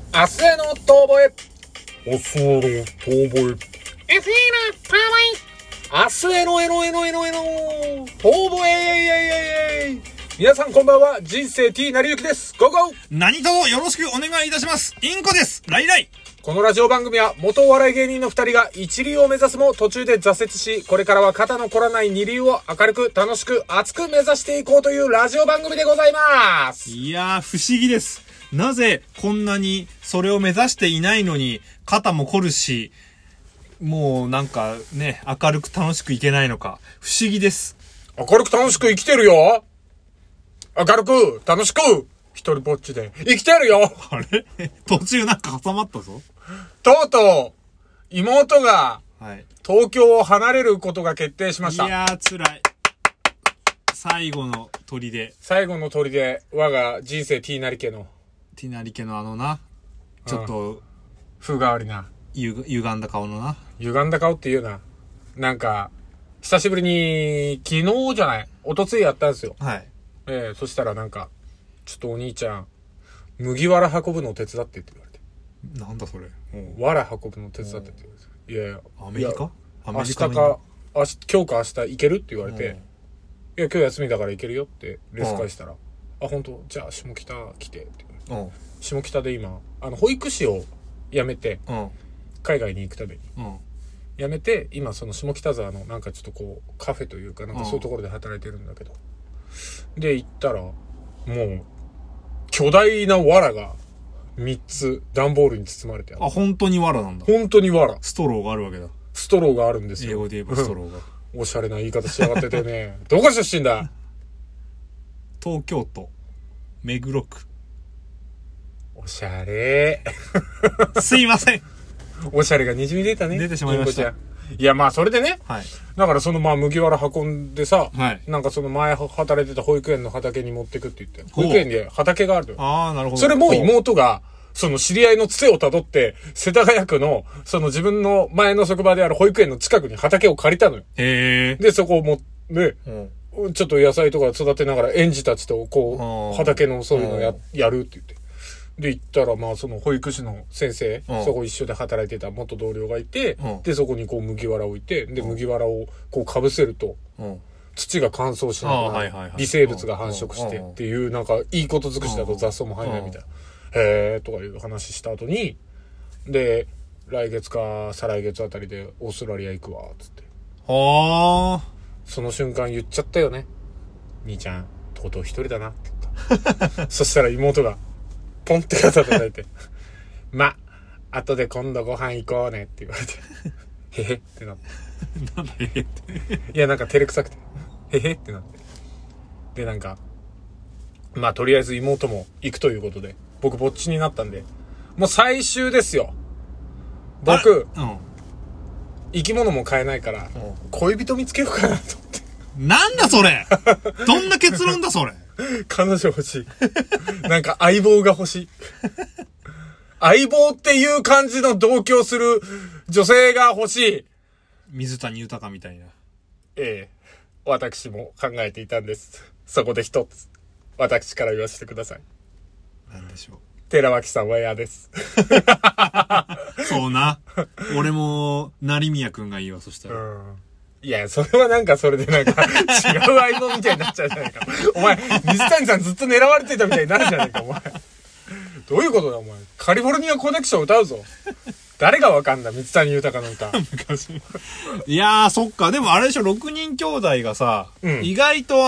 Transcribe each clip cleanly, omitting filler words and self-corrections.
明日への遠吠え。 明日への遠吠え。 明日への遠吠え。明日への遠吠え。皆さんこんばんは。人生 T なりゆきです。ゴーゴー。 何卒よろしくお願いいたします。インコです。ライライ。 このラジオ番組は元お笑い芸人の二人が一流を目指すも途中で挫折し、これからは肩の凝らない二流を明るく楽しく熱く目指していこうというラジオ番組でございます。 いやー、不思議です。なぜこんなにそれを目指していないのに肩も凝るし、もうなんかね、明るく楽しくいけないのか不思議です。 明るく楽しく生きてるよ。明るく楽しく一人ぼっちで生きてるよ。 あれ途中なんか挟まったぞ。 とうとう妹がはい。 東京を離れることが決定しました。 いやー辛い。最後の砦。 最後の砦、我が人生 T なり家のティナリ家のな、ちょっと風変わりな歪んだ顔のな。 歪んだ顔っていうな。なんか久しぶりに昨日じゃない一昨日やったんですよ。 はい。 そしたらなんかちょっとお兄ちゃん麦わら運ぶのを手伝ってって言われて。 なんだそれ。 わら運ぶの手伝ってって言われて。いやいや。 アメリカ？アメ明リカ日か今日か明日行けるって言われて。いや今日休みだから行けるよってレス返したら。本当じゃあ下北来てって言われて。下北で今保育士を辞めて海外に行くために辞めて今その下北沢のなんかちょっとこうカフェというかなんかそういうところで働いてるんだけど、で行ったらもう巨大な藁が3つ段ボールに包まれてある。 本当に藁なんだ。 本当に藁。 ストローがあるわけだ。 ストローがあるんですよ。 英語で言えばストローが。 おしゃれな言い方しやがっててね。どこ出身だ？ 東京都目黒区。 おしゃれ。 すいません。 おしゃれがにじみ出たね。 出てしまいました。 いやまあそれでね。 はい。 だからその麦わら運んでさ、 はい。 なんかその前働いてた保育園の畑に持ってくって言って、保育園で畑があるのよ。 なるほど。 それも妹が、その知り合いのつてをたどって、世田谷区の、その自分の前の職場である保育園の近くに畑を借りたのよ。 へー。 で、そこをね、ちょっと野菜とか育てながら園児たちとこう、畑のそういうのやるって言って。で、行ったら、まあ、その保育士の先生、そこ一緒で働いてた元同僚がいて、で、そこにこう麦わらを置いて、で、麦わらをこう被せると、土が乾燥しながら、微生物が繁殖してっていう、なんか、いいこと尽くしだと雑草も生えないみたいな。へーとかいう話した後に、で、来月か再来月あたりでオーストラリア行くわ、つって。その瞬間言っちゃったよね。兄ちゃん、とうとう一人だなって言った。そしたら妹が、ポンって肩叩いて、後で今度ご飯行こうねって言われて、へへってなって。 なんだへへって。 いや、なんか照れくさくて、へへってなって。で、なんか、とりあえず妹も行くということで、僕ぼっちになったんで、もう最終ですよ。僕、生き物も飼えないから、恋人見つけようかなと思って。 なんだそれどんな結論だそれ彼女欲しい。なんか相棒が欲しい。相棒っていう感じの同居する女性が欲しい。 水谷豊みたいな。 私も考えていたんです。そこで一つ、私から言わせてください。 なんでしょう。 寺脇さんは嫌です。 そうな。俺も、成宮くんがいいわ、そしたら。 いや、それはなんかそれでなんか違う相棒みたいになっちゃうじゃないか。お前、水谷さんずっと狙われてたみたいになるじゃないか、お前。どういうことだ、お前。カリフォルニアコネクション歌うぞ。誰がわかんだ、水谷豊の歌。 昔。いやー、そっか。でもあれでしょ、6人兄弟がさ、意外と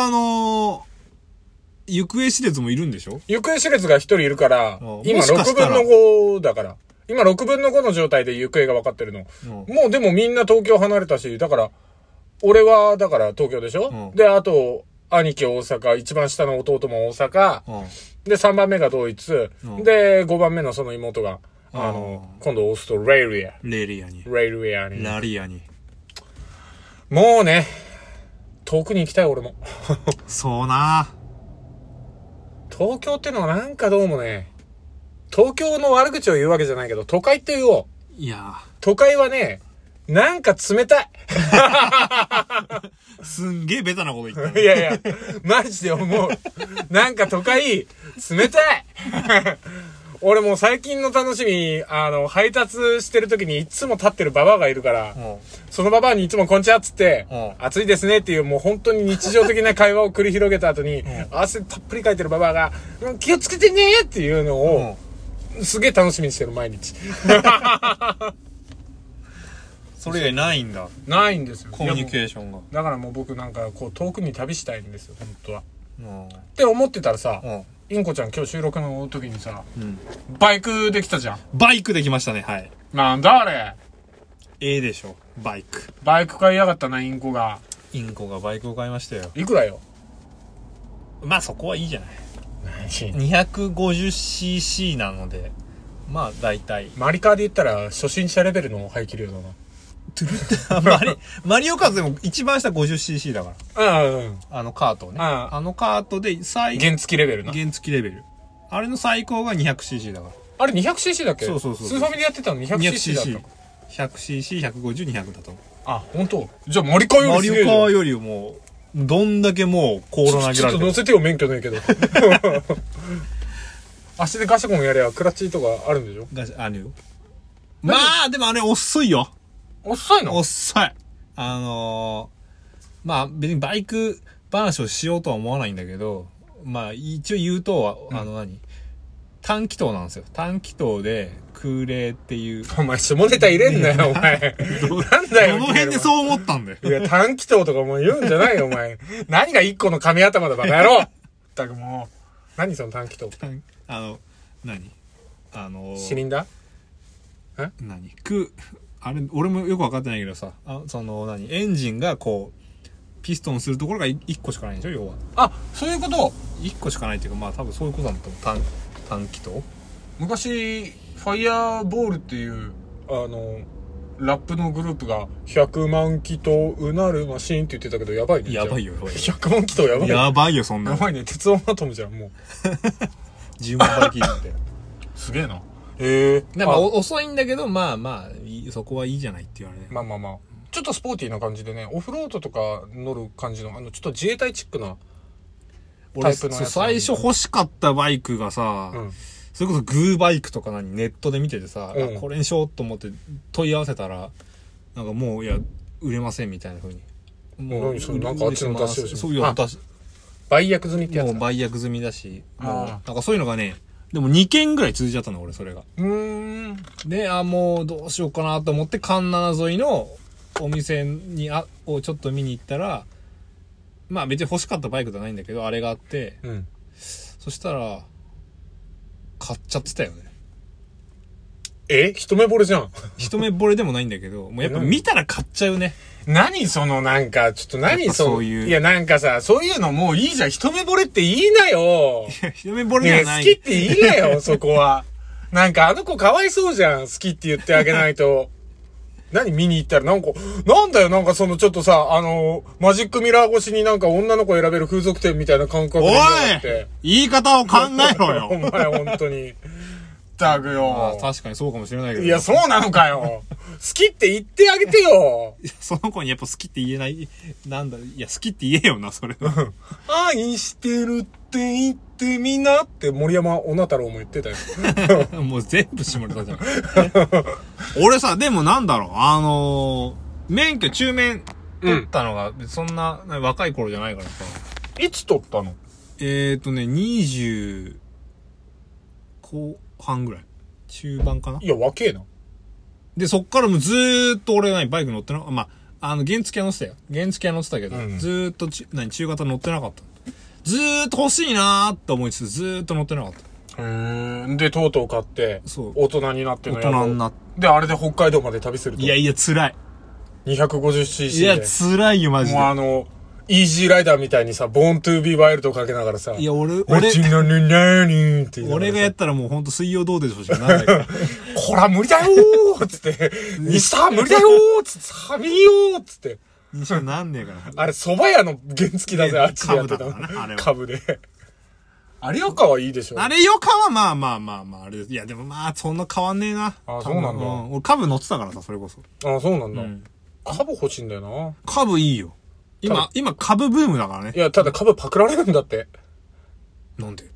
行方知れずもいるんでしょ？ 行方知れずが一人いるから、今6分の5だから。今6分の5の状態で行方が分かってるの。もうでもみんな東京離れたし、だから、俺はだから東京でしょ？で、あと、兄貴大阪、一番下の弟も大阪、で、3番目がドイツ、で、5番目のその妹が、今度オーストラリア。 レリアに。 ラリアに。 もうね、遠くに行きたい俺も。 そうな。 東京ってのはなんかどうもね、東京の悪口を言うわけじゃないけど、都会って言おう。 いや都会はね、なんか冷たい。 すんげえベタなこと言った。 いやいや、マジで思う。なんか都会、冷たい。 俺もう最近の楽しみ、配達してる時にいつも立ってるババアがいるから、そのババアにいつもこんにちはっつって、暑いですねっていうもう本当に日常的な会話を繰り広げた後に、汗たっぷりかいてるババアが、気をつけてねーっていうのを、すげえ楽しみにしてる毎日。 それ以外ないんだ。 ないんですよ。 コミュニケーションが。 だからもう僕なんかこう遠くに旅したいんですよ、本当は。って思ってたらさ、インコちゃん今日収録の時にさ、バイクできたじゃん。 バイクできましたね、はい。 なんだあれ。 でしょ、バイク。 バイク買いやがったな、インコが。 インコがバイクを買いましたよ。 いくらよ。 まあそこはいいじゃない。250cc なので、まあ大体。 マリカーで言ったら初心者レベルの排気量だな。 マリオカートでも一番下 50cc だから。カートをね。カートで原付レベルな。 原付レベル。あれの最高が 200cc だから。 あれ 200cc だっけ？ そう。 スーファミでやってたの 200cc だった。 100cc、150、200だと思う。 あ、本当？じゃあマリカーよりすげえ。 マリオカーよりもう、どんだけもう、コーロ投げられてる。 ちょっと乗せてよ、免許ないけど。足でガシャコンやればクラッチとかあるんでしょ？ あるよ。まあ、でもあれ遅いよ。 遅いの？ 遅い。まあ別にバイク話をしようとは思わないんだけど、まあ一応言うと、短気筒なんですよ。短気筒で空冷っていう。 お前下ネタ入れんなよ、お前。なんだよ。 どの辺でそう思ったんだよ。 いや、短気筒とかもう言うんじゃないよ、お前。何が一個の髪頭だ、バカ野郎。ったくもう。何その短気筒。 何シリンダー？ あれ、俺もよくわかってないけどさ、エンジンがこう、ピストンするところが1個しかないんでしょ、要は。 あ、そういうこと？ 1 個しかないっていうか、まあ多分そういうことなんだと思う。短気筒？ 昔、ファイヤーボールっていう、ラップのグループが、100万気筒うなるマシーンって言ってたけど、やばいね。 やばいよ。 100万気筒やばい。 やばいよ、そんな。 やばいね。鉄腕アトムじゃん、もう。 10万倍聞いて。 すげえな。 なんか遅いんだけど、まあまあ、そこはいいじゃないって言われる。 まあ。ちょっとスポーティーな感じでね、オフロードとか乗る感じの、ちょっと自衛隊チックなタイプのやつ。 最初欲しかったバイクがさ、それこそグーバイクとかネットで見ててさ、これにしようと思って問い合わせたら、なんかもう、いや、売れませんみたいな風に。 もう、なんかあっちの出しをそういう出し。 売約済みってやつ。 もう売約済みだし、なんかそういうのがね、でも2件ぐらい続いちゃったの、俺、それが。で、もうどうしようかなと思って、環七沿いのお店をちょっと見に行ったら、まあ別に欲しかったバイクじゃないんだけど、あれがあって、そしたら、買っちゃってたよね。 一目惚れじゃん。 一目惚れでもないんだけど、もうやっぱ見たら買っちゃうね。 何そのなんか、ちょっと何そういう。いやなんかさ、そういうのもういいじゃん。一目惚れっていいなよ。 いや、一目惚れじゃない。 好きっていいなよ、そこは。なんかあの子かわいそうじゃん。好きって言ってあげないと。何見に行ったらなんだよ、なんかそのちょっとさ、マジックミラー越しになんか女の子選べる風俗店みたいな感覚でって。言い方を考えろよ。 お前本当に。タグよ。 確かにそうかもしれないけど。 いや、そうなのかよ。好きって言ってあげてよ。 その子にやっぱ好きって言えない。なんだ、いや、好きって言えよな、それは。 愛してるって言ってみなって森山女太郎も言ってたよ。 もう全部下ネタじゃん。俺さ、でもなんだろう、中免取ったのが、そんな若い頃じゃないからさ。 いつ取ったの 20後半ぐらい。中盤かな。 いや、若えな。 で、そっからもうずーっと俺バイク乗ってなかった。まあ、原付は乗ってたよ。原付は乗ってたけど、ずーっと中型乗ってなかった。ずーっと欲しいなーって思いつつ、ずーっと乗ってなかった。 で、とうとう買って、大人になってのやつ。大人になって。 で、あれで北海道まで旅すると。 いやいや、辛い。 250cc で。 いや、辛いよ、マジで。 もうイージーライダーみたいにさ、ボーントゥービーワイルドかけながらさ。 いや、俺がやったらもうほんと水曜どうでしょうしかなんないから。 こら無理だよーつって、ミスター無理だよーつって、寒いよーつって。 にしかなんねえから。 あれ、蕎麦屋の原付だぜ、あっちでやってたの。株で。有岡はいいでしょ。 有岡はまあ、あれです。いや、でもまあ、そんな変わんねえな。 あ、そうなんだ。 俺株乗ってたからさ、それこそ。 あ、そうなんだ。株欲しいんだよな。 株いいよ。今株ブームだからね。 いや、ただ株パクられるんだって。 なんで？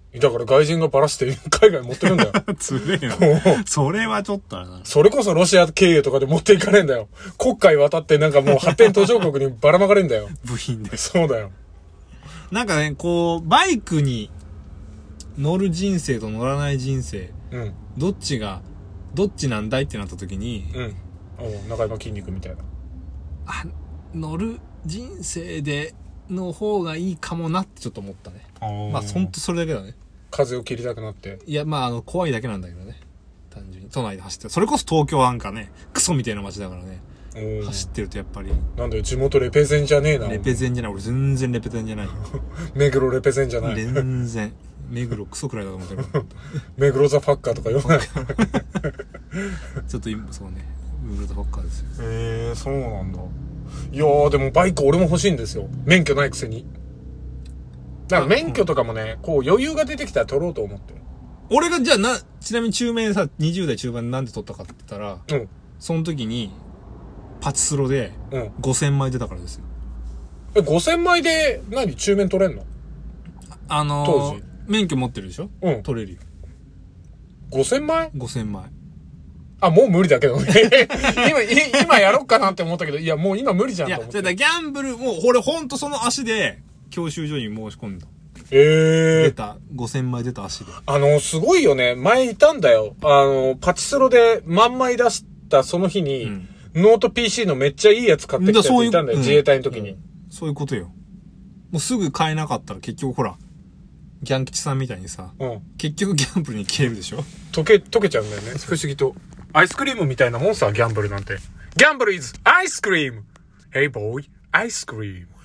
だから外人がバラして海外持ってるんだよ。 つれえな。それはちょっとあれな。 それこそロシア経由とかで持っていかねえんだよ。国海渡ってなんかもう発展途上国にばらまかれんだよ。 部品で。 そうだよ。 なんかね、こう、バイクに乗る人生と乗らない人生、 うん。 どっちなんだいってなった時に、 うん。中山筋肉みたいな。 乗る人生の方がいいかもなってちょっと思ったね。まあ、ほんとそれだけだね。 風を切りたくなって。 いや、まあ、怖いだけなんだけどね。単純に。都内で走ってる。それこそ東京なんかね、クソみたいな街だからね。走ってるとやっぱり。 なんだよ、地元レペゼンじゃねえな。 レペゼンじゃない。俺全然レペゼンじゃないよ。 目黒レペゼンじゃない。 全然。目黒クソくらいだと思ってる。 目黒ザファッカーとか言わない。 ちょっと今、そうね。目黒ザファッカーですよ。 そうなんだ。いやー、でもバイク俺も欲しいんですよ。免許ないくせに。だから免許とかもね、こう余裕が出てきたら取ろうと思ってる。 俺がじゃあちなみに中免さ、20代中盤でなんで取ったかって言ったら、うん。その時に、パチスロで、5000枚出たからですよ。 5000枚で中免取れんの？当時。 免許持ってるでしょ？うん。取れるよ。 5000枚？ 5000枚。 もう無理だけどね。今やろっかなって思ったけど、いや、もう今無理じゃんと思って。 いや、ギャンブル、もう、俺ほんとその足で、教習所に申し込んだ。 出た。5000枚出た足で。 すごいよね。前いたんだよ。パチスロで万枚出したその日に、ノート PC のめっちゃいいやつ買ってきたやついたんだよ。自衛隊の時に。 そういうことよ。もうすぐ買えなかったら結局ほら、ギャン吉さんみたいにさ、結局ギャンブルに消えるでしょ？溶けちゃうんだよね。不思議と。アイスクリームみたいなもんさ、ギャンブルなんて。ギャンブル is アイスクリーム !Hey boy, アイスクリーム